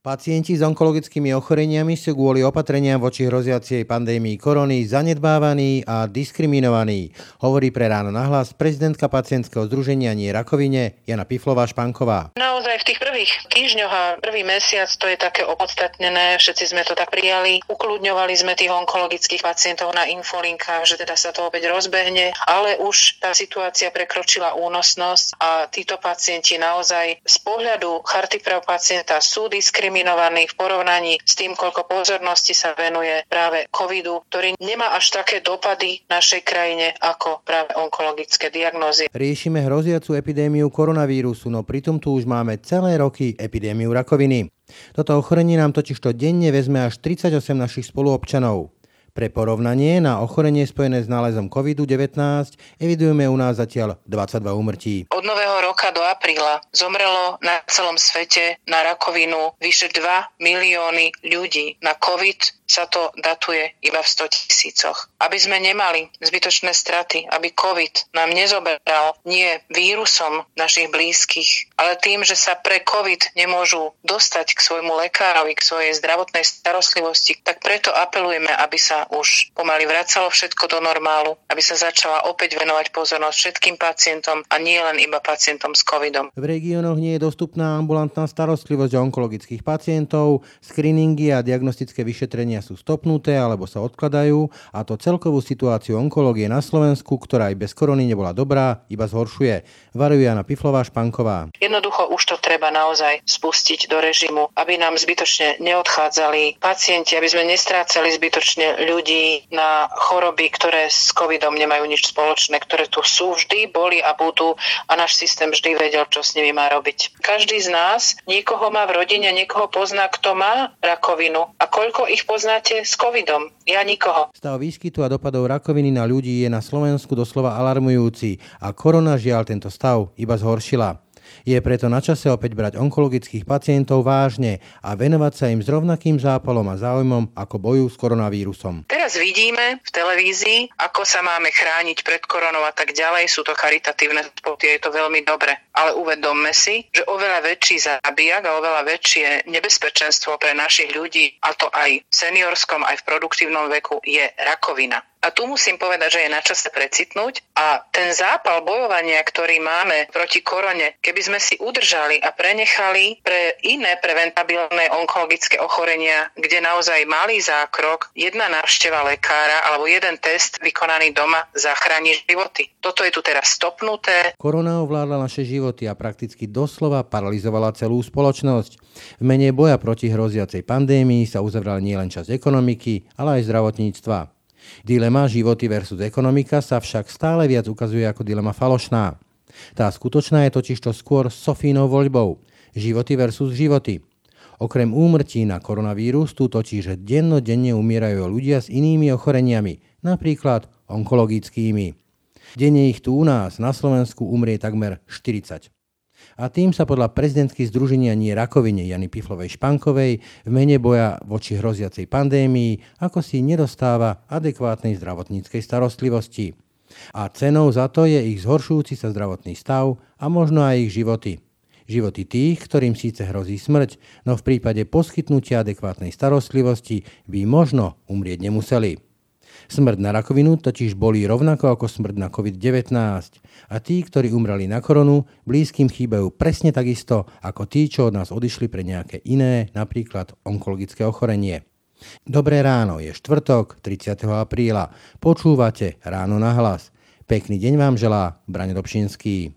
Pacienti s onkologickými ochoreniami sú kvôli opatreniam voči hroziacej pandémii korony zanedbávaní a diskriminovaní, hovorí pre Ráno nahlas prezidentka pacientského združenia Nie rakovine Jana Piflová-Španková. Naozaj v tých prvých týždňoch a prvý mesiac to je také opodstatnené, všetci sme to tak prijali, ukľudňovali sme tých onkologických pacientov na infolinkách, že teda sa to opäť rozbehne, ale už tá situácia prekročila únosnosť a títo pacienti naozaj z pohľadu Charty práv pacienta sú diskriminovaní v porovnaní s tým, koľko pozornosti sa venuje práve covidu, ktorý nemá až také dopady v našej krajine ako práve onkologické diagnózy. Riešime hroziacu epidémiu koronavírusu, no pritom tu už máme celé roky epidémiu rakoviny. Toto ochorenie nám totižto denne vezme až 38 našich spoluobčanov. Pre porovnanie, na ochorenie spojené s nálezom COVID-19 evidujeme u nás zatiaľ 22 úmrtí. Od nového roka do apríla zomrelo na celom svete na rakovinu vyše 2 milióny ľudí. Na COVID sa to datuje iba v 100 000. Aby sme nemali zbytočné straty, aby COVID nám nezoberal nie vírusom našich blízkych, ale tým, že sa pre COVID nemôžu dostať k svojmu lekárovi, k svojej zdravotnej starostlivosti, tak preto apelujeme, aby sa už pomaly vracalo všetko do normálu, aby sa začala opäť venovať pozornosť všetkým pacientom a nie len iba pacientom s covidom. V regiónoch nie je dostupná ambulantná starostlivosť o onkologických pacientov, screeningy a diagnostické vyšetrenia sú stopnuté alebo sa odkladajú a to celkovú situáciu onkológie na Slovensku, ktorá aj bez korony nebola dobrá, iba zhoršuje. Varuje Jana Piflová-Španková. Jednoducho už to treba naozaj spustiť do režimu, aby nám zbytočne neodchádzali pacienti, aby sme nestrácali zbytočne ľudí na choroby, ktoré s covidom nemajú nič spoločné, ktoré tu sú, vždy boli a budú a náš systém vždy vedel, čo s nimi má robiť. Každý z nás niekoho má v rodine, niekoho pozná, kto má rakovinu a koľko ich poznáte s covidom? Ja nikoho. Stav výskytu a dopadov rakoviny na ľudí je na Slovensku doslova alarmujúci a korona žiaľ tento stav iba zhoršila. Je preto na čase opäť brať onkologických pacientov vážne a venovať sa im s rovnakým zápalom a záujmom, ako bojujú s koronavírusom. Teraz vidíme v televízii, ako sa máme chrániť pred koronou a tak ďalej. Sú to charitatívne spoty, je to veľmi dobre. Ale uvedomme si, že oveľa väčší zabijak a oveľa väčšie nebezpečenstvo pre našich ľudí, a to aj v seniorskom, aj v produktívnom veku, je rakovina. A tu musím povedať, že je na čase precitnúť a ten zápal bojovania, ktorý máme proti korone, keby sme si udržali a prenechali pre iné preventabilné onkologické ochorenia, kde naozaj malý zákrok, jedna návšteva lekára alebo jeden test vykonaný doma zachráni životy. Toto je tu teraz stopnuté. Korona ovládla naše životy a prakticky doslova paralizovala celú spoločnosť. V mene boja proti hroziacej pandémii sa uzavrala nielen časť ekonomiky, ale aj zdravotníctva. Dilema životy versus ekonomika sa však stále viac ukazuje ako dilema falošná. Tá skutočná je totižto skôr Sofínou voľbou. Životy versus životy. Okrem úmrtí na koronavírus tu totiž dennodenne umierajú ľudia s inými ochoreniami, napríklad onkologickými. Denne ich tu u nás na Slovensku umrie takmer 40. A tým sa podľa prezidentky združenia Nie rakovine Jany Piflovej-Špankovej v mene boja voči hroziacej pandémii ako si nedostáva adekvátnej zdravotníckej starostlivosti. A cenou za to je ich zhoršujúci sa zdravotný stav a možno aj ich životy. Životy tých, ktorým síce hrozí smrť, no v prípade poskytnutia adekvátnej starostlivosti by možno umrieť nemuseli. Smrť na rakovinu totiž bolí rovnako ako smrť na COVID-19 a tí, ktorí umreli na koronu, blízkym chýbajú presne takisto ako tí, čo od nás odišli pre nejaké iné, napríklad onkologické ochorenie. Dobré ráno, je štvrtok, 30. apríla. Počúvate Ráno nahlas. Pekný deň vám želá Braňo Dobšinský.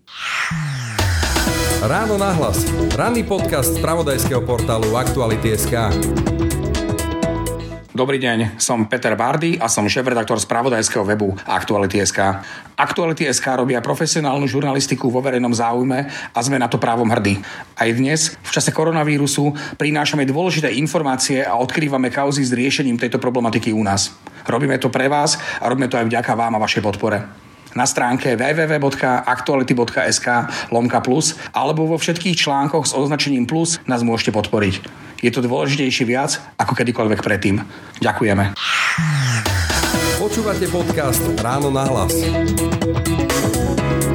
Ráno nahlas. Ranný podcast z spravodajského portálu Aktuality.sk. Dobrý deň, som Peter Bardy a som šéfredaktor spravodajského webu Aktuality.sk. Aktuality.sk robia profesionálnu žurnalistiku vo verejnom záujme a sme na to právom hrdí. Aj dnes, v čase koronavírusu, prinášame dôležité informácie a odkrývame kauzy s riešením tejto problematiky u nás. Robíme to pre vás a robíme to aj vďaka vám a vašej podpore. Na stránke www.aktuality.sk/plus alebo vo všetkých článkoch s označením plus nás môžete podporiť. Je to dôležitejšie viac ako kedykoľvek predtým. Ďakujeme. Počúvate podcast Ráno nahlas. V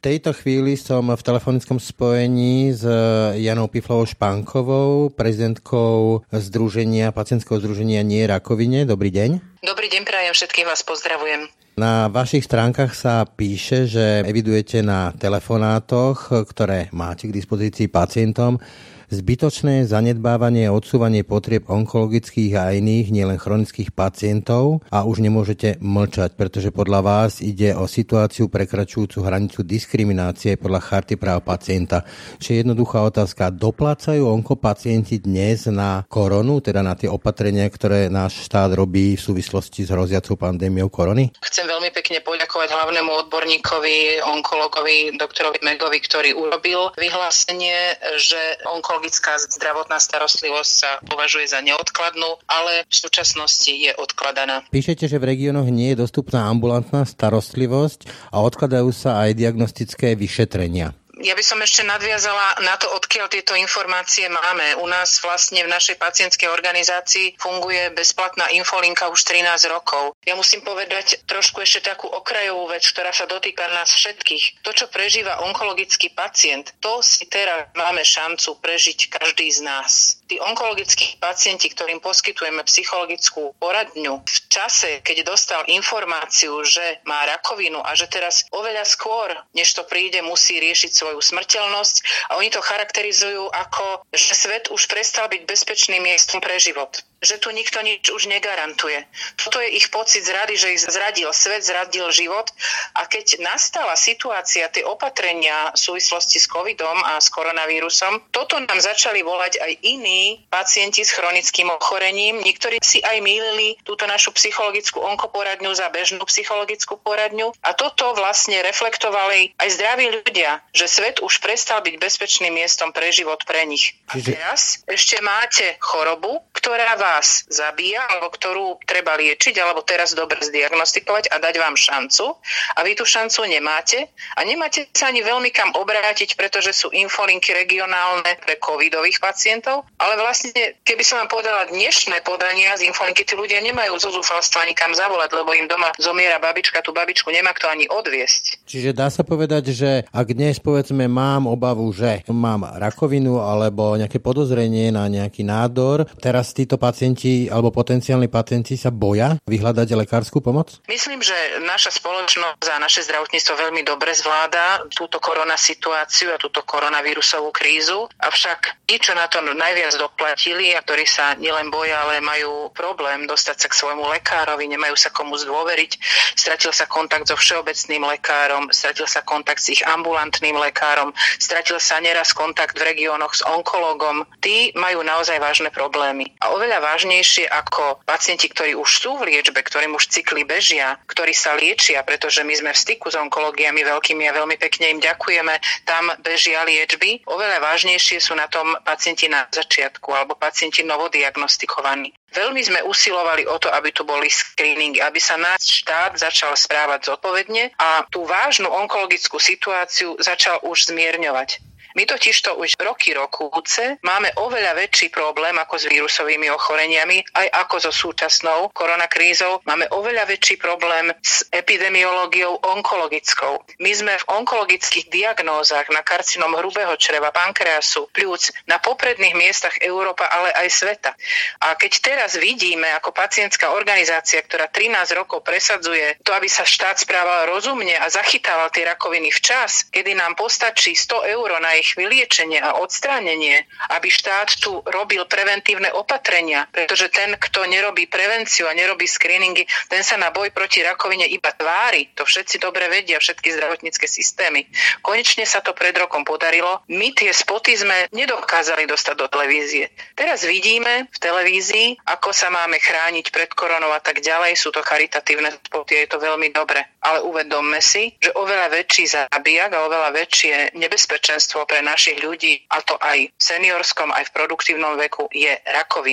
tejto chvíli som v telefonickom spojení s Janou Piflovou-Špánkovou, prezidentkou pacientského združenia Nie rakovine. Dobrý deň. Dobrý deň, prajem, všetkých vás pozdravujem. Na vašich stránkach sa píše, že evidujete na telefonátoch, ktoré máte k dispozícii pacientom, zbytočné zanedbávanie a odsúvanie potrieb onkologických a iných, nielen chronických pacientov a už nemôžete mlčať, pretože podľa vás ide o situáciu prekračujúcu hranicu diskriminácie podľa Charty práv pacienta. Čiže jednoduchá otázka, doplácajú onkopacienti dnes na koronu, teda na tie opatrenia, ktoré náš štát robí v súvislosti s hroziacou pandémiou korony? Chcem veľmi pekne poďakovať hlavnému odborníkovi, onkologovi, doktorovi Megovi, ktorý urobil vyhlásenie, že onkologická zdravotná starostlivosť sa považuje za neodkladnú, ale v súčasnosti je odkladaná. Píšete, že v regiónoch nie je dostupná ambulantná starostlivosť a odkladajú sa aj diagnostické vyšetrenia. Ja by som ešte nadviazala na to, odkiaľ tieto informácie máme. U nás vlastne v našej pacientskej organizácii funguje bezplatná infolinka už 13 rokov. Ja musím povedať trošku ešte takú okrajovú vec, ktorá sa dotýka nás všetkých. To, čo prežíva onkologický pacient, to si teraz máme šancu prežiť každý z nás. Tí onkologickí pacienti, ktorým poskytujeme psychologickú poradňu, v čase, keď dostal informáciu, že má rakovinu a že teraz oveľa skôr, než to príde, musí riešiť svoju smrteľnosť a oni to charakterizujú ako, že svet už prestal byť bezpečným miestom pre život. Že tu nikto nič už negarantuje. Toto je ich pocit zrady, že ich zradil svet, zradil život a keď nastala situácia, tie opatrenia v súvislosti s covidom a s koronavírusom, toto nám začali volať aj iní pacienti s chronickým ochorením. Niektorí si aj mýlili túto našu psychologickú onkoporadňu za bežnú psychologickú poradňu a toto vlastne reflektovali aj zdraví ľudia, že svet už prestal byť bezpečným miestom pre život pre nich. A teraz ešte máte chorobu, ktorá vás zabíja, alebo ktorú treba liečiť, alebo teraz dobre zdiagnostikovať a dať vám šancu. A vy tú šancu nemáte. A nemáte sa ani veľmi kam obrátiť, pretože sú infolinky regionálne pre covidových pacientov. Ale vlastne, keby som vám povedala dnešné podania z infolinky, tí ľudia nemajú zo zúfalstva nikam zavolať, lebo im doma zomiera babička, tú babičku nemá kto ani odviesť. Čiže dá sa povedať, že ak dnes povedzme mám obavu, že mám rakovinu alebo nejaké podozrenie na nejaký nádor, teraz títo pacienti alebo potenciálni pacienti sa boja vyhľadať lekárskú pomoc? Myslím, že naša spoločnosť a naše zdravotníctvo veľmi dobre zvláda túto koronasituáciu a túto koronavírusovú krízu. Avšak tí, čo na to najviac doplatili a ktorí sa nielen boja, ale majú problém dostať sa k svojmu lekárovi, nemajú sa komu zdôveriť, stratil sa kontakt so všeobecným lekárom, stratil sa kontakt s ich ambulantným lekárom, stratil sa neraz kontakt v regiónoch s onkológom. Tí majú naozaj vážne problémy. A oveľa vážnejšie ako pacienti, ktorí už sú v liečbe, ktorým už cykly bežia, ktorí sa liečia, pretože my sme v styku s onkológiami veľkými a veľmi pekne im ďakujeme, tam bežia liečby. Oveľa vážnejšie sú na tom pacienti na začiatku alebo pacienti novodiagnostikovaní. Veľmi sme usilovali o to, aby tu boli screeningy, aby sa náš štát začal správať zodpovedne a tú vážnu onkologickú situáciu začal už zmierňovať. My totižto už rokúce máme oveľa väčší problém ako s vírusovými ochoreniami, aj ako so súčasnou koronakrízou. Máme oveľa väčší problém s epidemiológiou onkologickou. My sme v onkologických diagnózach na karcinom hrubého čreva, pankreasu, pľúc na popredných miestach Európa, ale aj sveta. A keď teraz vidíme ako pacientská organizácia, ktorá 13 rokov presadzuje to, aby sa štát správal rozumne a zachytával tie rakoviny včas, kedy nám postačí 100 eur na ich vyliečenie a odstránenie, aby štát tu robil preventívne opatrenia, pretože ten, kto nerobí prevenciu a nerobí screeningy, ten sa na boj proti rakovine iba tvári. To všetci dobre vedia, všetky zdravotnícke systémy. Konečne sa to pred rokom podarilo. My tie spoty sme nedokázali dostať do televízie. Teraz vidíme v televízii, ako sa máme chrániť pred koronou a tak ďalej. Sú to charitatívne spoty, je to veľmi dobre. Ale uvedomme si, že oveľa väčší zabijak a oveľa väčšie nebezpečenstvo pre našich ľudí, a to aj v seniorskom, aj v produktívnom veku, je rakovina. A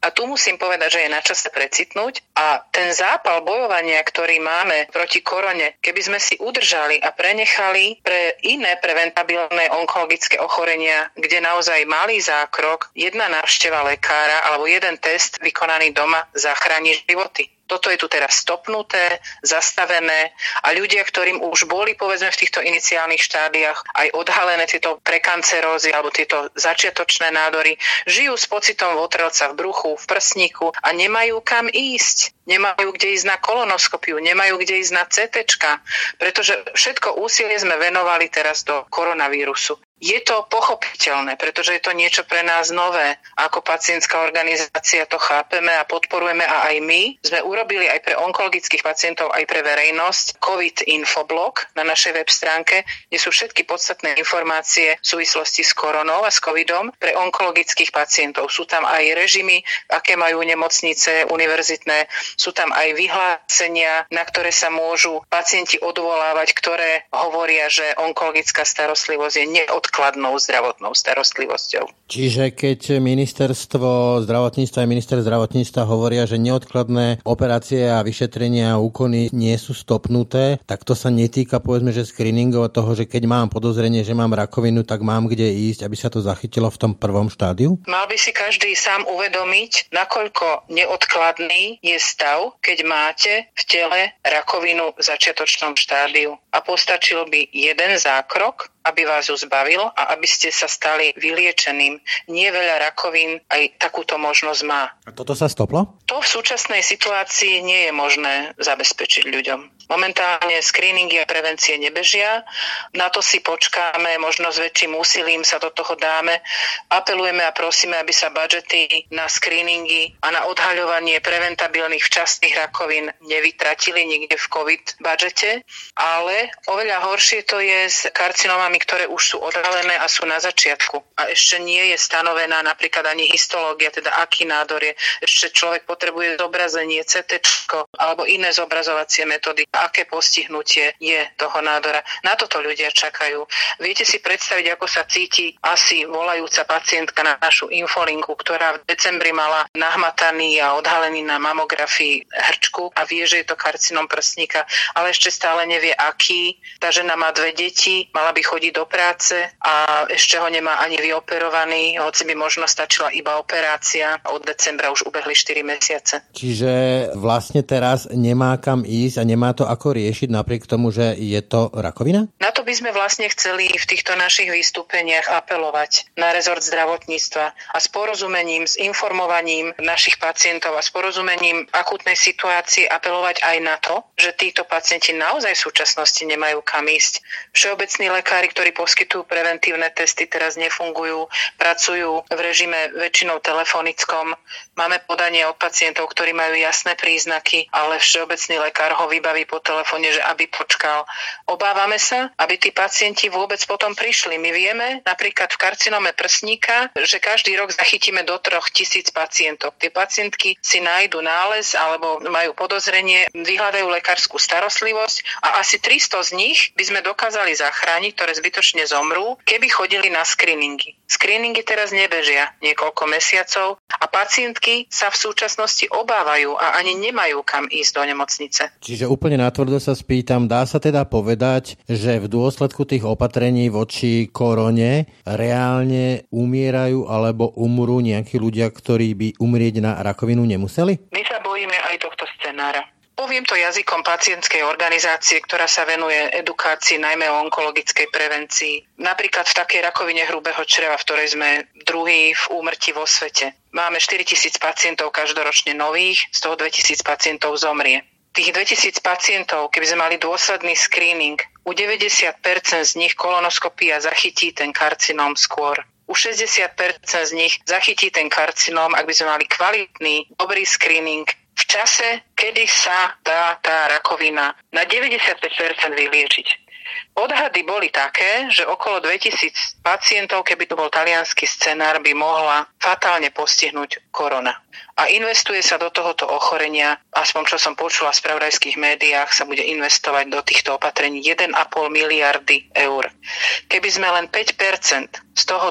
A tu musím povedať, že je na čase precitnúť a ten zápal bojovania, ktorý máme proti korone, keby sme si udržali a prenechali pre iné preventabilné onkologické ochorenia, kde naozaj malý zákrok, jedna návšteva lekára alebo jeden test vykonaný doma zachráni životy. Toto je tu teraz stopnuté, zastavené a ľudia, ktorým už boli povedzme v týchto iniciálnych štádiách aj odhalené tieto prekancerózy alebo tieto začiatočné nádory, žijú s pocitom votrelca v bruchu, v prsníku a nemajú kam ísť. Nemajú kde ísť na kolonoskopiu, nemajú kde ísť na CTčka, pretože všetko úsilie sme venovali teraz do koronavírusu. Je to pochopiteľné, pretože je to niečo pre nás nové. Ako pacientská organizácia to chápeme a podporujeme a aj my sme urobili aj pre onkologických pacientov, aj pre verejnosť COVID infoblog na našej web stránke, kde sú všetky podstatné informácie v súvislosti s koronou a s covidom pre onkologických pacientov. Sú tam aj režimy, aké majú nemocnice univerzitné, sú tam aj vyhlásenia, na ktoré sa môžu pacienti odvolávať, ktoré hovoria, že onkologická starostlivosť je neodkladnou zdravotnou starostlivosťou. Čiže keď ministerstvo zdravotníctva a minister zdravotníctva hovoria, že neodkladné operácie a vyšetrenia a úkony nie sú stopnuté, tak to sa netýka povedzme, že screeningov a toho, že keď mám podozrenie, že mám rakovinu, tak mám kde ísť, aby sa to zachytilo v tom prvom štádiu? Mal by si každý sám uvedomiť, nakoľko neodkladný je stav, keď máte v tele rakovinu v začiatočnom štádiu. A postačil by jeden zákrok, aby vás ju zbavil a aby ste sa stali vyliečeným. Nie veľa rakovín aj takúto možnosť má. A toto sa stoplo? To v súčasnej situácii nie je možné zabezpečiť ľuďom. Momentálne screeningy a prevencie nebežia. Na to si počkáme, možno s väčším úsilím sa do toho dáme. Apelujeme a prosíme, aby sa budžety na screeningy a na odhaľovanie preventabilných včasných rakovín nevytratili nikde v COVID budžete, ale oveľa horšie to je s karcinomami, ktoré už sú odhalené a sú na začiatku. A ešte nie je stanovená napríklad ani histológia, teda aký nádor je. Ešte človek potrebuje zobrazenie, CTčko alebo iné zobrazovacie metódy. Aké postihnutie je toho nádora. Na toto ľudia čakajú. Viete si predstaviť, ako sa cíti asi volajúca pacientka na našu infolinku, ktorá v decembri mala nahmataný a odhalený na mamografii hrčku a vie, že je to karcinom prsníka, ale ešte stále nevie aký. Tá žena má 2 deti, mala by chodiť do práce a ešte ho nemá ani vyoperovaný, hoci by možno stačila iba operácia. Od decembra už ubehli 4 mesiace. Čiže vlastne teraz nemá kam ísť a nemá to ako riešiť napriek tomu, že je to rakovina? Na to by sme vlastne chceli v týchto našich vystúpeniach apelovať na rezort zdravotníctva a s porozumením, s informovaním našich pacientov a s porozumením akútnej situácie apelovať aj na to, že títo pacienti naozaj v súčasnosti nemajú kam ísť. Všeobecní lekári, ktorí poskytujú preventívne testy, teraz nefungujú, pracujú v režime väčšinou telefonickom. Máme podanie od pacientov, ktorí majú jasné príznaky, ale všeobecný lekár ho vybaví po telefóne, že aby počkal. Obávame sa, aby tí pacienti vôbec potom prišli. My vieme napríklad v karcinome prsníka, že každý rok zachytíme do 3,000 pacientov. Tie pacientky si nájdu nález alebo majú podozrenie, vyhľadajú lekárskú starostlivosť a asi 300 z nich by sme dokázali zachrániť, ktoré zbytočne zomrú, keby chodili na screeningy. Screeningy teraz nebežia niekoľko mesiacov a pacientky sa v súčasnosti obávajú a ani nemajú kam ísť do nemocnice. Čiže úplne natvrdo sa spýtam, dá sa teda povedať, že v dôsledku tých opatrení voči korone reálne umierajú alebo umrú nejakí ľudia, ktorí by umrieť na rakovinu nemuseli? My sa bojíme aj tohto scenára. Poviem to jazykom pacientskej organizácie, ktorá sa venuje edukácii najmä o onkologickej prevencii. Napríklad v takej rakovine hrubého čreva, v ktorej sme druhý v úmrtí vo svete. Máme 4,000 pacientov každoročne nových, z toho 2,000 pacientov zomrie. Tých 2,000 pacientov, keby sme mali dôsledný screening, u 90% z nich kolonoskopia zachytí ten karcinóm skôr. U 60% z nich zachytí ten karcinóm, ak by sme mali kvalitný, dobrý screening, v čase, kedy sa dá tá rakovina na 95% vyliečiť. Odhady boli také, že okolo 2000 pacientov, keby to bol taliansky scenár, by mohla fatálne postihnúť korona. A investuje sa do tohoto ochorenia, aspoň čo som počula v spravodajských médiách, sa bude investovať do týchto opatrení 1,5 miliardy eur. Keby sme len 5% z tohoto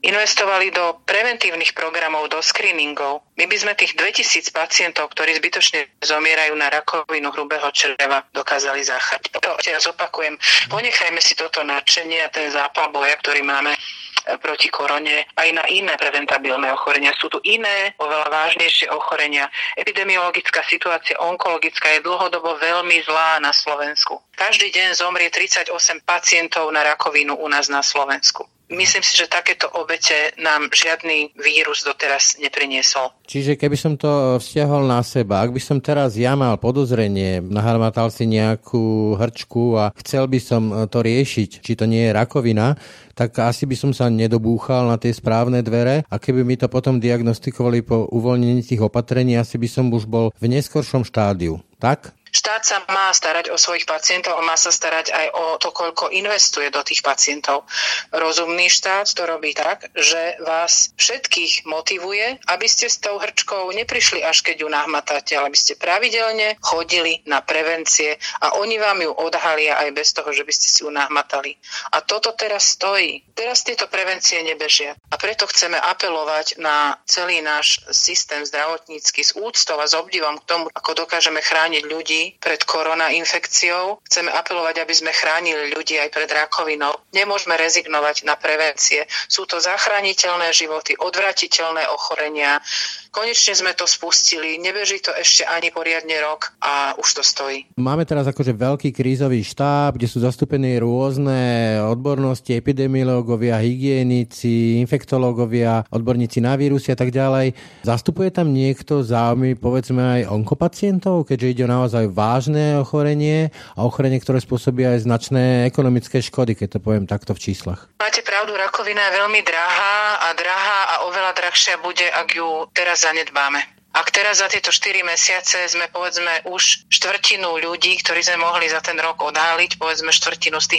investovali do preventívnych programov, do screeningov, my by sme tých 2000 pacientov, ktorí zbytočne zomierajú na rakovinu hrubého čreva, dokázali zachrániť. Ja zopakujem, ponechajme si toto nadšenie a ten zápal boja, ktorý máme proti korone aj na iné preventabilné ochorenia. Sú tu iné, oveľa vážnejšie ochorenia. Epidemiologická situácia onkologická je dlhodobo veľmi zlá na Slovensku. Každý deň zomrie 38 pacientov na rakovinu u nás na Slovensku. Myslím si, že takéto obete nám žiadny vírus doteraz nepriniesol. Čiže keby som to vzťahol na seba, ak by som teraz ja mal podozrenie, naharmatal si nejakú hrčku a chcel by som to riešiť, či to nie je rakovina, tak asi by som sa nedobúchal na tie správne dvere a keby mi to potom diagnostikovali po uvoľnení tých opatrení, asi by som už bol v neskoršom štádiu. Tak? Štát sa má starať o svojich pacientov a má sa starať aj o to, koľko investuje do tých pacientov. Rozumný štát to robí tak, že vás všetkých motivuje, aby ste s tou hrčkou neprišli až keď ju nahmatáte, ale aby ste pravidelne chodili na prevencie a oni vám ju odhalia aj bez toho, že by ste si ju nahmatali. A toto teraz stojí. Teraz tieto prevencie nebežia. A preto chceme apelovať na celý náš systém zdravotnícky s úctou a s obdivom k tomu, ako dokážeme chrániť ľudí pred koronainfekciou. Chceme apelovať, aby sme chránili ľudí aj pred rakovinou. Nemôžeme rezignovať na prevencie. Sú to zachrániteľné životy, odvratiteľné ochorenia. Konečne sme to spustili. Nebeží to ešte ani poriadne rok a už to stojí. Máme teraz akože veľký krízový štáb, kde sú zastúpené rôzne odbornosti, epidemiológovia, hygienici, infektológovia, odborníci na vírusy a tak ďalej. Zastupuje tam niekto záujmy, povedzme aj onkopacientov, keďže ide o naozaj vážne ochorenie a ochorenie, ktoré spôsobí aj značné ekonomické škody, keď to poviem takto v číslach. Máte pravdu, rakovina je veľmi drahá a oveľa drahšia bude, ak ju teraz zanedbáme. Ak teraz za tieto 4 mesiace sme povedzme už štvrtinu ľudí, ktorí sme mohli za ten rok odháliť, povedzme štvrtinu z tých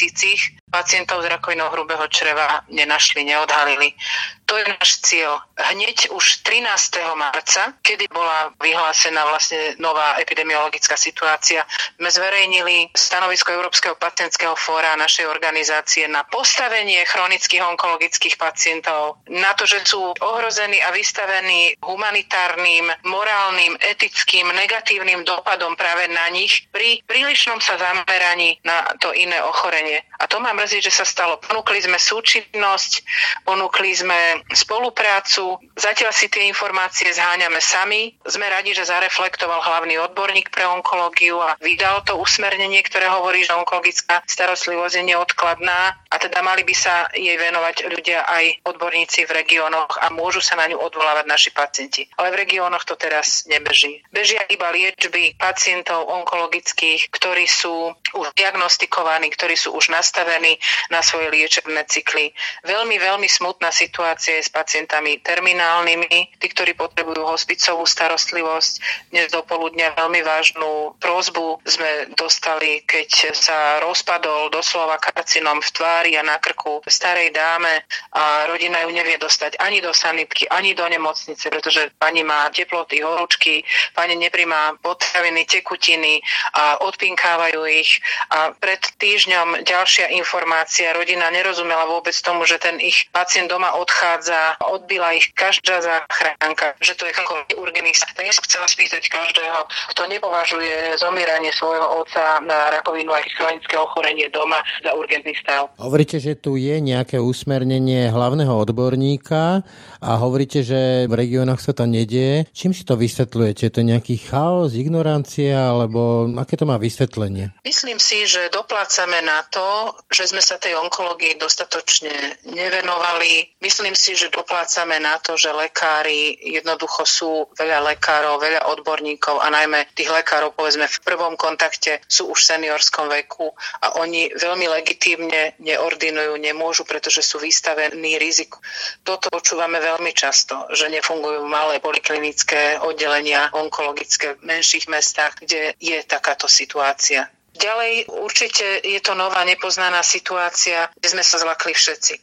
2000 pacientov s rakovinou hrubého čreva nenašli, neodhalili. To je náš cieľ. Hneď už 13. marca, kedy bola vyhlásená vlastne nová epidemiologická situácia, sme zverejnili stanovisko Európskeho pacientského fóra našej organizácie na postavenie chronických onkologických pacientov, na to, že sú ohrození a vystavení humanitárnym, morálnym, etickým, negatívnym dopadom práve na nich pri prílišnom sa zameraní na to iné ochorenie. A to mám mrzí, že sa stalo. Ponúkli sme súčinnosť, ponúkli sme spoluprácu. Zatiaľ si tie informácie zháňame sami. Sme radi, že zareflektoval hlavný odborník pre onkológiu a vydal to usmernenie, ktoré hovorí, že onkologická starostlivosť je neodkladná a teda mali by sa jej venovať ľudia aj odborníci v regiónoch a môžu sa na ňu odvolávať naši pacienti. Ale v regiónoch to teraz nebeží. Bežia iba liečby pacientov onkologických, ktorí sú už diagnostikovaní, ktorí sú už nastavení na svoje liečebné cykly. Veľmi, veľmi smutná situácia je s pacientami terminálnymi, tí, ktorí potrebujú hospicovú starostlivosť. Dnes dopoludnia veľmi vážnu prosbu sme dostali, keď sa rozpadol doslova karcinom v tvári a na krku starej dáme a rodina ju nevie dostať ani do sanitky, ani do nemocnice, pretože pani má teploty, horúčky, pani neprimá potraviny, tekutiny a odpinkávajú ich. A pred týždňom ďalšia informácia, rodina nerozumela vôbec tomu, že ten ich pacient doma odchádza, odbila ich každá záchranka, že to je ako urgentný stav. Tak ja som chcela spýtať každého, kto nepovažuje zomieranie svojho otca na rakovinu aj chronické ochorenie doma za urgentný stav. Hovoríte, že tu je nejaké usmernenie hlavného odborníka a hovoríte, že v regiónoch sa to nedieje. Čím si to vysvetľujete? To je nejaký chaos, ignorancia, alebo aké to má vysvetlenie? Myslím si, že doplácame na to, že sme sa tej onkológii dostatočne nevenovali. Myslím si, že doplácame na to, že lekári jednoducho sú veľa lekárov, veľa odborníkov a najmä tých lekárov, povedzme, v prvom kontakte sú už v seniorskom veku a oni veľmi legitímne neordinujú, nemôžu, pretože sú vystavení riziku. Toto počúvame veľmi často, že nefungujú malé poliklinické oddelenia onkologické v menších mestách, kde je takáto situácia. Ďalej určite je to nová nepoznaná situácia, kde sme sa zlakli všetci.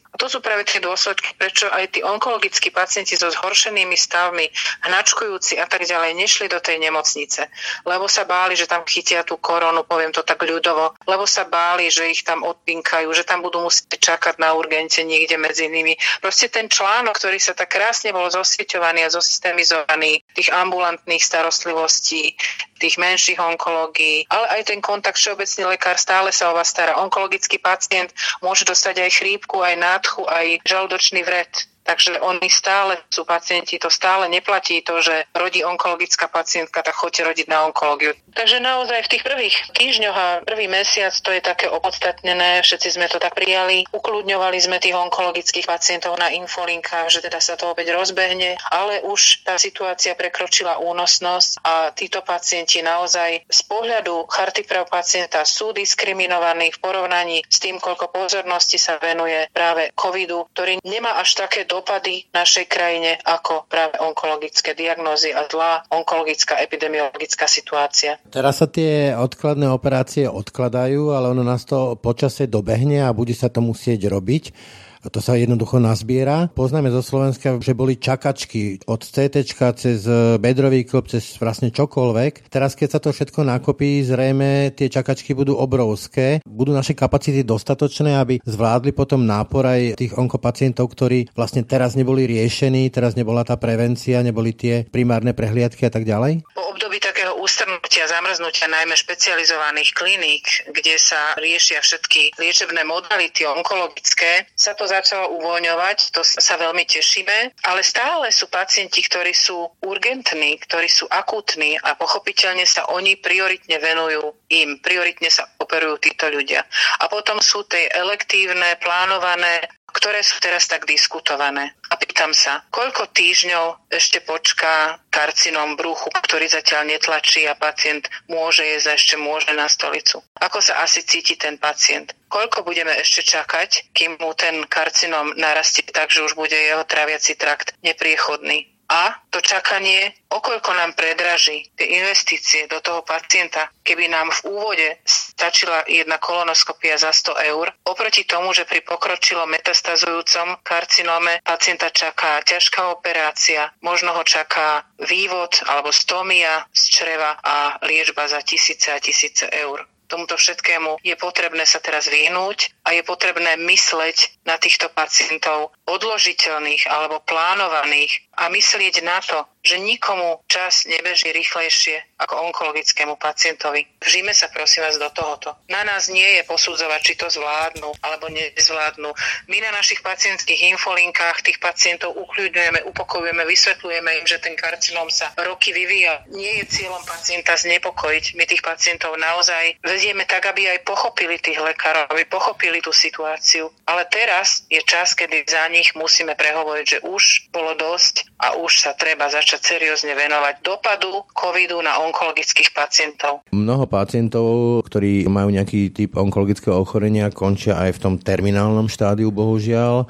A to sú práve tie dôsledky, prečo aj tí onkologickí pacienti so zhoršenými stavmi, hnačkujúci a tak ďalej, nešli do tej nemocnice, lebo sa báli, že tam chytia tú koronu, poviem to tak ľudovo, lebo sa báli, že ich tam odpinkajú, že tam budú musieť čakať na urgente niekde medzi nimi. Proste ten článok, ktorý sa tak krásne bol zosieťovaný a zosystemizovaný, tých ambulantných starostlivostí, tých menších onkológií, ale aj ten kontakt všeobecný lekár stále sa o vás stará. Onkologický pacient môže dostať aj chrípku, aj nádchu, aj žalúdočný vred. Takže oni stále sú pacienti, to stále neplatí to, že rodí onkologická pacientka, tak choďte rodiť na onkológiu. Takže naozaj v tých prvých týždňoch a prvý mesiac to je také opodstatnené, všetci sme to tak prijali, ukľudňovali sme tých onkologických pacientov na infolinkách, že teda sa to opäť rozbehne, ale už tá situácia prekročila únosnosť a títo pacienti naozaj z pohľadu charty práv pacienta sú diskriminovaní v porovnaní s tým, koľko pozornosti sa venuje práve covidu, ktorý nemá až také dopady našej krajine ako práve onkologické diagnózy a zlá onkologická epidemiologická situácia. Teraz sa tie odkladné operácie odkladajú, ale ono nás to počasie dobehne a bude sa to musieť robiť. To sa jednoducho nazbiera. Poznáme zo Slovenska, že boli čakačky od CTčka cez bedrový klb, cez vlastne čokoľvek. Teraz, keď sa to všetko nakopí, zrejme tie čakačky budú obrovské. Budú naše kapacity dostatočné, aby zvládli potom nápor aj tých onkopacientov, ktorí vlastne teraz neboli riešení, teraz nebola tá prevencia, neboli tie primárne prehliadky a tak ďalej? Po období takého ústrnutia, zamrznutia najmä špecializovaných kliník, kde sa riešia všetky liečebné modality onkologické, sa to začalo uvoľňovať, to sa veľmi tešíme, ale stále sú pacienti, ktorí sú urgentní, ktorí sú akútni a pochopiteľne sa oni prioritne venujú im, prioritne sa operujú títo ľudia. A potom sú tie elektívne, plánované, ktoré sú teraz tak diskutované. A pýtam sa, koľko týždňov ešte počká karcinóm bruchu, ktorý zatiaľ netlačí a pacient môže jesť a ešte môže na stolicu. Ako sa asi cíti ten pacient? Koľko budeme ešte čakať, kým mu ten karcinóm narastie tak, že už bude jeho tráviaci trakt nepriechodný? A to čakanie, okoľko nám predraží tie investície do toho pacienta, keby nám v úvode stačila jedna kolonoskopia za 100 eur, oproti tomu, že pri pokročilom metastazujúcom karcinóme pacienta čaká ťažká operácia, možno ho čaká vývod alebo stomia z čreva a liečba za tisíce a tisíce eur. Tomuto všetkému je potrebné sa teraz vyhnúť a je potrebné mysleť na týchto pacientov odložiteľných alebo plánovaných a myslieť na to, že nikomu čas nebeží rýchlejšie ako onkologickému pacientovi. Vžíme sa prosím vás do tohoto. Na nás nie je posudzovať, či to zvládnu alebo nezvládnu. My na našich pacientských infolinkách tých pacientov ukľudňujeme, upokojujeme, vysvetľujeme im, že ten karcinóm sa roky vyvíja. Nie je cieľom pacienta znepokojiť. My tých pacientov naozaj vedieme tak, aby aj pochopili tých lekárov, aby pochopili tú situáciu. Ale teraz je čas, kedy za nich musíme prehovoriť, že už bolo dosť a už sa treba začať seriózne venovať dopadu covidu na onkologických pacientov. Mnoho pacientov, ktorí majú nejaký typ onkologického ochorenia, končia aj v tom terminálnom štádiu, bohužiaľ,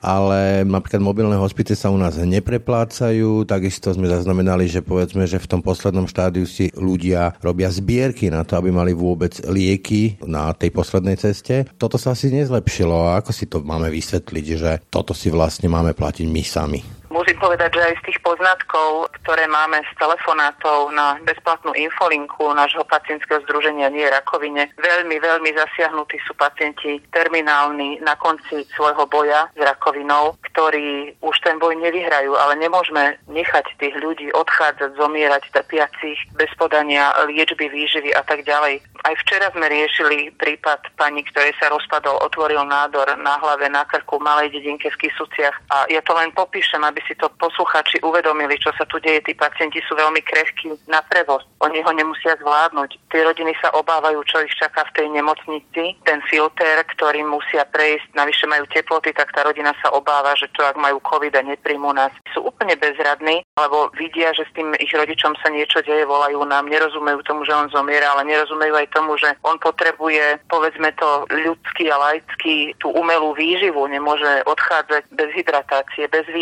ale napríklad mobilné hospice sa u nás nepreplácajú, takisto sme zaznamenali, že povedzme, že v tom poslednom štádiu si ľudia robia zbierky na to, aby mali vôbec lieky na tej poslednej ceste. Toto sa asi nezlepšilo a ako si to máme vysvetliť, že toto si vlastne máme platiť my sami? Musím povedať, že aj z tých poznatkov, ktoré máme z telefonátov na bezplatnú infolinku nášho pacientského združenia Nie rakovine, veľmi, veľmi zasiahnutí sú pacienti terminálni na konci svojho boja s rakovinou, ktorí už ten boj nevyhrajú, ale nemôžeme nechať tých ľudí odchádzať, zomierať, trpiacich bez podania liečby, výživy a tak ďalej. Aj včera sme riešili prípad pani, ktorej sa rozpadol, otvoril nádor na hlave, na krku, malej dedinke v Kysuciach. A ja to len popíšem, aby si to poslucháči uvedomili, čo sa tu deje. Tí pacienti sú veľmi krehkí na prevoz. Oni ho nemusia zvládnuť. Tie rodiny sa obávajú, čo ich čaká v tej nemocnici. Ten filter, ktorý musia prejsť, navyše majú teploty, tak tá rodina sa obáva, že čo ak majú COVID a nepríjmu nás. Sú úplne bezradní, lebo vidia, že s tým ich rodičom sa niečo deje, volajú nám, nerozumejú tomu, že on zomiera, ale nerozumejú aj tomu, že on potrebuje, povedzme to ľudský a laický, tú umelú výživu, nemôže odchádzať bez hydratácie, bez výživy.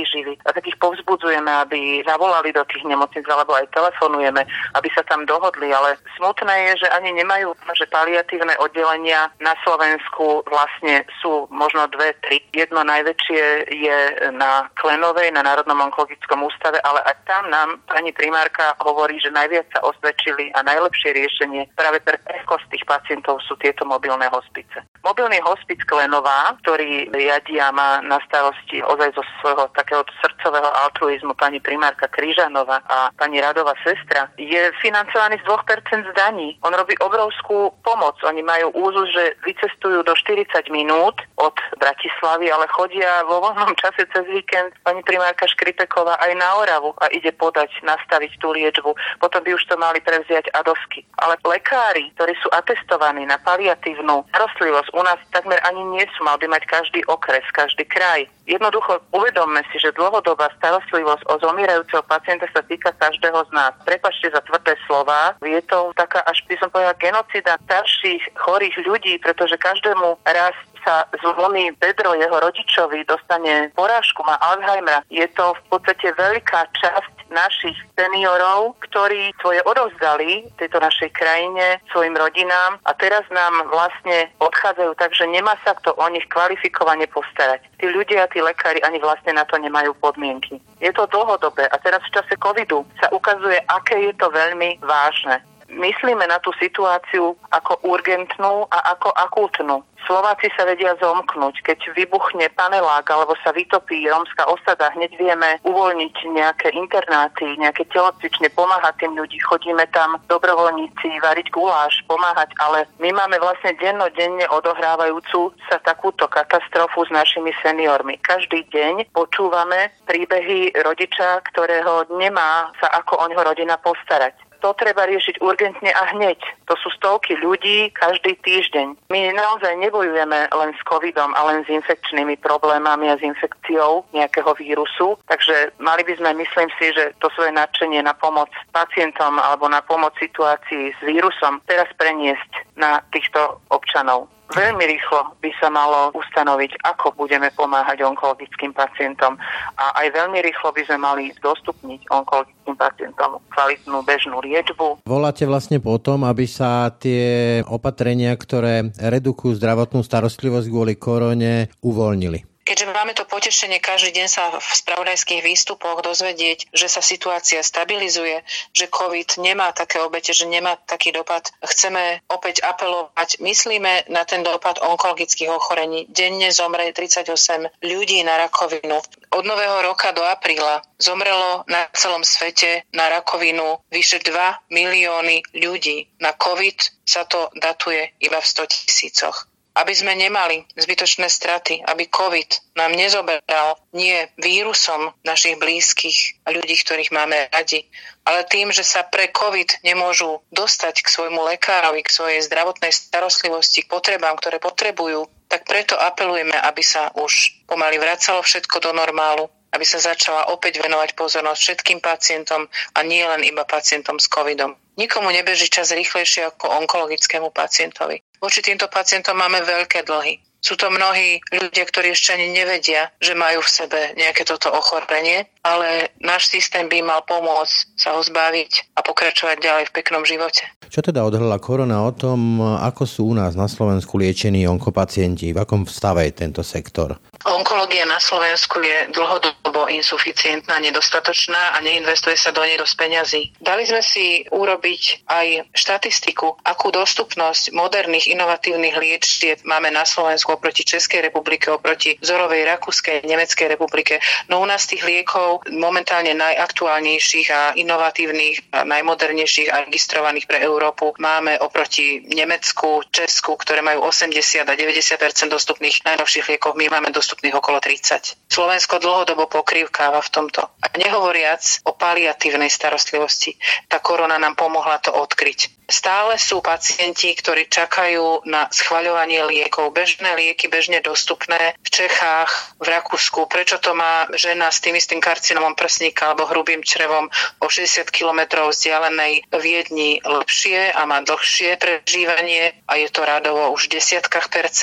a takých povzbudzujeme, aby zavolali do tých nemocníc alebo aj telefonujeme, aby sa tam dohodli, ale smutné je, že ani nemajú, že paliatívne oddelenia na Slovensku vlastne sú možno 2-3. Jedno najväčšie je na Klenovej, na Národnom onkologickom ústave, ale aj tam nám pani primárka hovorí, že najviac sa osvedčili a najlepšie riešenie práve pre krehkosť tých pacientov sú tieto mobilné hospice. Mobilný hospic Klenová, ktorý riadi a má na starosti ozaj zo svojho takého srdcového altruizmu pani primárka Kryžanová a pani Radová sestra, je financovaný z 2% z daní. On robí obrovskú pomoc. Oni majú úzus, že vycestujú do 40 minút od Bratislavy, ale chodia vo voľnom čase cez víkend pani primárka Škripeková aj na Oravu a ide podať, nastaviť tú liečbu. Potom by už to mali prevziať adosky. Ale lekári, ktorí sú atestovaní na paliatívnu starostlivosť, u nás takmer ani nie sú. Mal by mať každý okres, každý kraj. Jednoducho uvedomme si, že dlhodobá starostlivosť o zomierajúceho pacienta sa týka každého z nás. Prepáčte za tvrdé slová, je to taká, až by som povedala, genocida starších, chorých ľudí, pretože každému raz sa zlomí bedro jeho rodičovi, dostane porážku, má Alzheimera. Je to v podstate veľká časť našich seniorov, ktorí svoje odovzdali tejto našej krajine, svojim rodinám a teraz nám vlastne odchádzajú, takže nemá sa kto o nich kvalifikovane postarať. Tí ľudia, tí lekári ani vlastne na to nemajú podmienky. Je to dlhodobé a teraz v čase covidu sa ukazuje, aké je to veľmi vážne. Myslíme na tú situáciu ako urgentnú a ako akútnu. Slováci sa vedia zomknúť. Keď vybuchne panelák alebo sa vytopí rómska osada, hneď vieme uvoľniť nejaké internáty, nejaké telocvične, pomáhať tým ľudí. Chodíme tam dobrovoľníci, variť guláš, pomáhať, ale my máme vlastne dennodenne odohrávajúcu sa takúto katastrofu s našimi seniormi. Každý deň počúvame príbehy rodiča, ktorého nemá sa ako oňho rodina postarať. To treba riešiť urgentne a hneď. To sú stovky ľudí každý týždeň. My naozaj nebojujeme len s covidom a len s infekčnými problémami a s infekciou nejakého vírusu. Takže mali by sme, myslím si, že to svoje nadšenie na pomoc pacientom alebo na pomoc situácii s vírusom teraz preniesť na týchto občanov. Veľmi rýchlo by sa malo ustanoviť, ako budeme pomáhať onkologickým pacientom a aj veľmi rýchlo by sme mali dostupniť onkologickým pacientom kvalitnú bežnú liečbu. Voláte vlastne po tom, aby sa tie opatrenia, ktoré redukujú zdravotnú starostlivosť kvôli korone, uvoľnili. Keďže máme to potešenie každý deň sa v spravodajských výstupoch dozvedieť, že sa situácia stabilizuje, že COVID nemá také obete, že nemá taký dopad, chceme opäť apelovať. Myslíme na ten dopad onkologických ochorení. Denne zomrie 38 ľudí na rakovinu. Od nového roka do apríla zomrelo na celom svete na rakovinu vyše 2 milióny ľudí. Na COVID sa to datuje iba v 100 000. Aby sme nemali zbytočné straty, aby COVID nám nezoberal nie vírusom našich blízkych a ľudí, ktorých máme radi, ale tým, že sa pre COVID nemôžu dostať k svojmu lekárovi, k svojej zdravotnej starostlivosti, k potrebám, ktoré potrebujú, tak preto apelujeme, aby sa už pomaly vracalo všetko do normálu, aby sa začala opäť venovať pozornosť všetkým pacientom a nie len iba pacientom s covidom. Nikomu nebeží čas rýchlejšie ako onkologickému pacientovi. Voči týmto pacientom máme veľké dlhy. Sú to mnohí ľudia, ktorí ešte ani nevedia, že majú v sebe nejaké toto ochorenie, ale náš systém by mal pomôcť sa ho zbaviť a pokračovať ďalej v peknom živote. Čo teda odhalila korona o tom, ako sú u nás na Slovensku liečení onkopacienti? V akom stave je tento sektor? Onkológia na Slovensku je dlhodobo insuficientná, nedostatočná a neinvestuje sa do nej dosť peňazí. Dali sme si urobiť aj štatistiku, akú dostupnosť moderných inovatívnych liečieb máme na Slovensku oproti Českej republike, oproti vzorovej Rakúskej, Nemeckej republike. No u nás tých liekov momentálne najaktuálnejších a inovatívnych a najmodernejších a registrovaných pre Európu máme oproti Nemecku, Česku, ktoré majú 80 a 90% dostupných najnovších liekov, my máme dostupných okolo 30. Slovensko dlhodobo pokrývkáva v tomto. A nehovoriac o paliatívnej starostlivosti. Tá korona nám pomohla to odkryť. Stále sú pacienti, ktorí čakajú na schvaľovanie liekov. Bežné lieky, bežne dostupné v Čechách, v Rakúsku. Prečo to má žena s tým istým karcinomom prsníka alebo hrubým črevom o 60 km vzdialenej Viedni lepšie a má dlhšie prežívanie a je to radovo už v desiatkách percent. A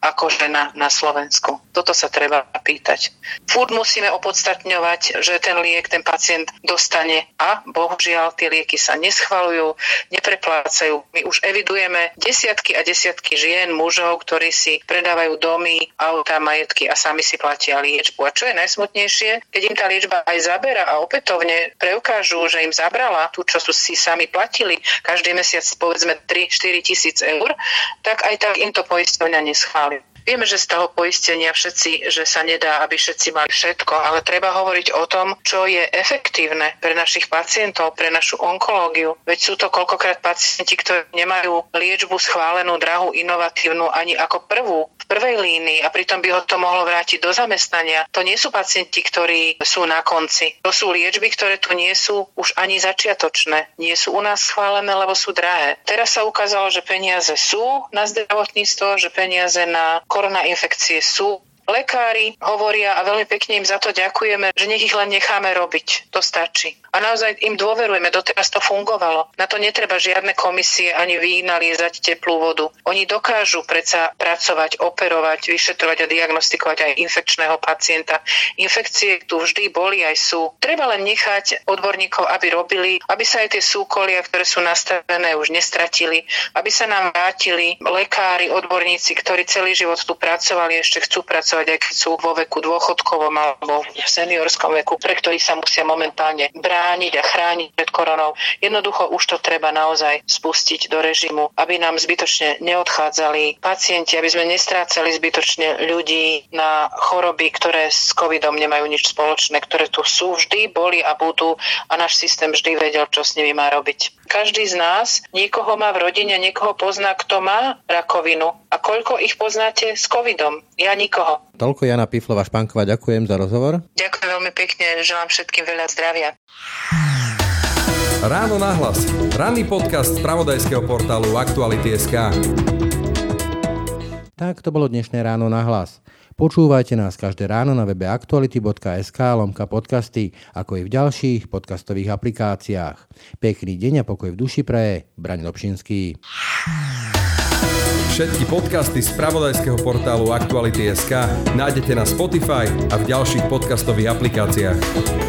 ako žena na Slovensku? Toto sa treba pýtať. Furt musíme opodstatňovať, že ten liek ten pacient dostane a bohužiaľ tie lieky sa neschvaľujú, nepreplácajú. My už evidujeme desiatky a desiatky žien, mužov, ktorí si predávajú domy, autá, majetky a sami si platia liečbu. A čo je najsmutnejšie, keď im tá liečba aj zabera a opätovne preukážu, že im zabrala tú, čo si sami platili každý mesiac povedzme 3-4 tisíc eur, tak aj tak im to poisťovňa neschváli. Vieme, že z toho poistenia všetci, že sa nedá, aby všetci mali všetko, ale treba hovoriť o tom, čo je efektívne pre našich pacientov, pre našu onkológiu. Veď sú to koľkokrát pacienti, ktorí nemajú liečbu schválenú, drahú, inovatívnu ani ako v prvej línii a pritom by ho to mohlo vrátiť do zamestnania. To nie sú pacienti, ktorí sú na konci. To sú liečby, ktoré tu nie sú už ani začiatočné. Nie sú u nás schválené, lebo sú drahé. Teraz sa ukázalo, že peniaze sú na zdravotníctvo, že peniaze na koronainfekcie sú. Lekári hovoria a veľmi pekne im za to ďakujeme, že nech ich len necháme robiť. To stačí. A naozaj im dôverujeme, doteraz to fungovalo. Na to netreba žiadne komisie ani vynaliezať teplú vodu. Oni dokážu predsa pracovať, operovať, vyšetrovať a diagnostikovať aj infekčného pacienta. Infekcie tu vždy boli aj sú. Treba len nechať odborníkov, aby robili, aby sa aj tie súkolia, ktoré sú nastavené, už nestratili, aby sa nám vrátili lekári, odborníci, ktorí celý život tu pracovali, ešte chcú pracovať, aj keď sú vo veku dôchodkovom alebo v seniorskom veku, pre ktorých sa musia momentálne brániť a chrániť pred koronou. Jednoducho už to treba naozaj spustiť do režimu, aby nám zbytočne neodchádzali pacienti, aby sme nestrácali zbytočne ľudí na choroby, ktoré s covidom nemajú nič spoločné, ktoré tu sú, vždy boli a budú a náš systém vždy vedel, čo s nimi má robiť. Každý z nás niekoho má v rodine, niekoho pozná, kto má rakovinu. A koľko ich poznáte s covidom? Ja nikoho. Toľko Jana Piflová-Španková, ďakujem za rozhovor. Ďakujem veľmi pekne, želám všetkým veľa zdravia. Ráno nahlas. Ranný podcast z spravodajského portálu Aktuality.sk. Tak to bolo dnešné Ráno nahlas. Počúvajte nás každé ráno na webe aktuality.sk/podcasty, ako i v ďalších podcastových aplikáciách. Pekný deň a pokoj v duši praje Braň Dobšinský. Všetky podcasty z spravodajského portálu Aktuality.sk nájdete na Spotify a v ďalších podcastových aplikáciách.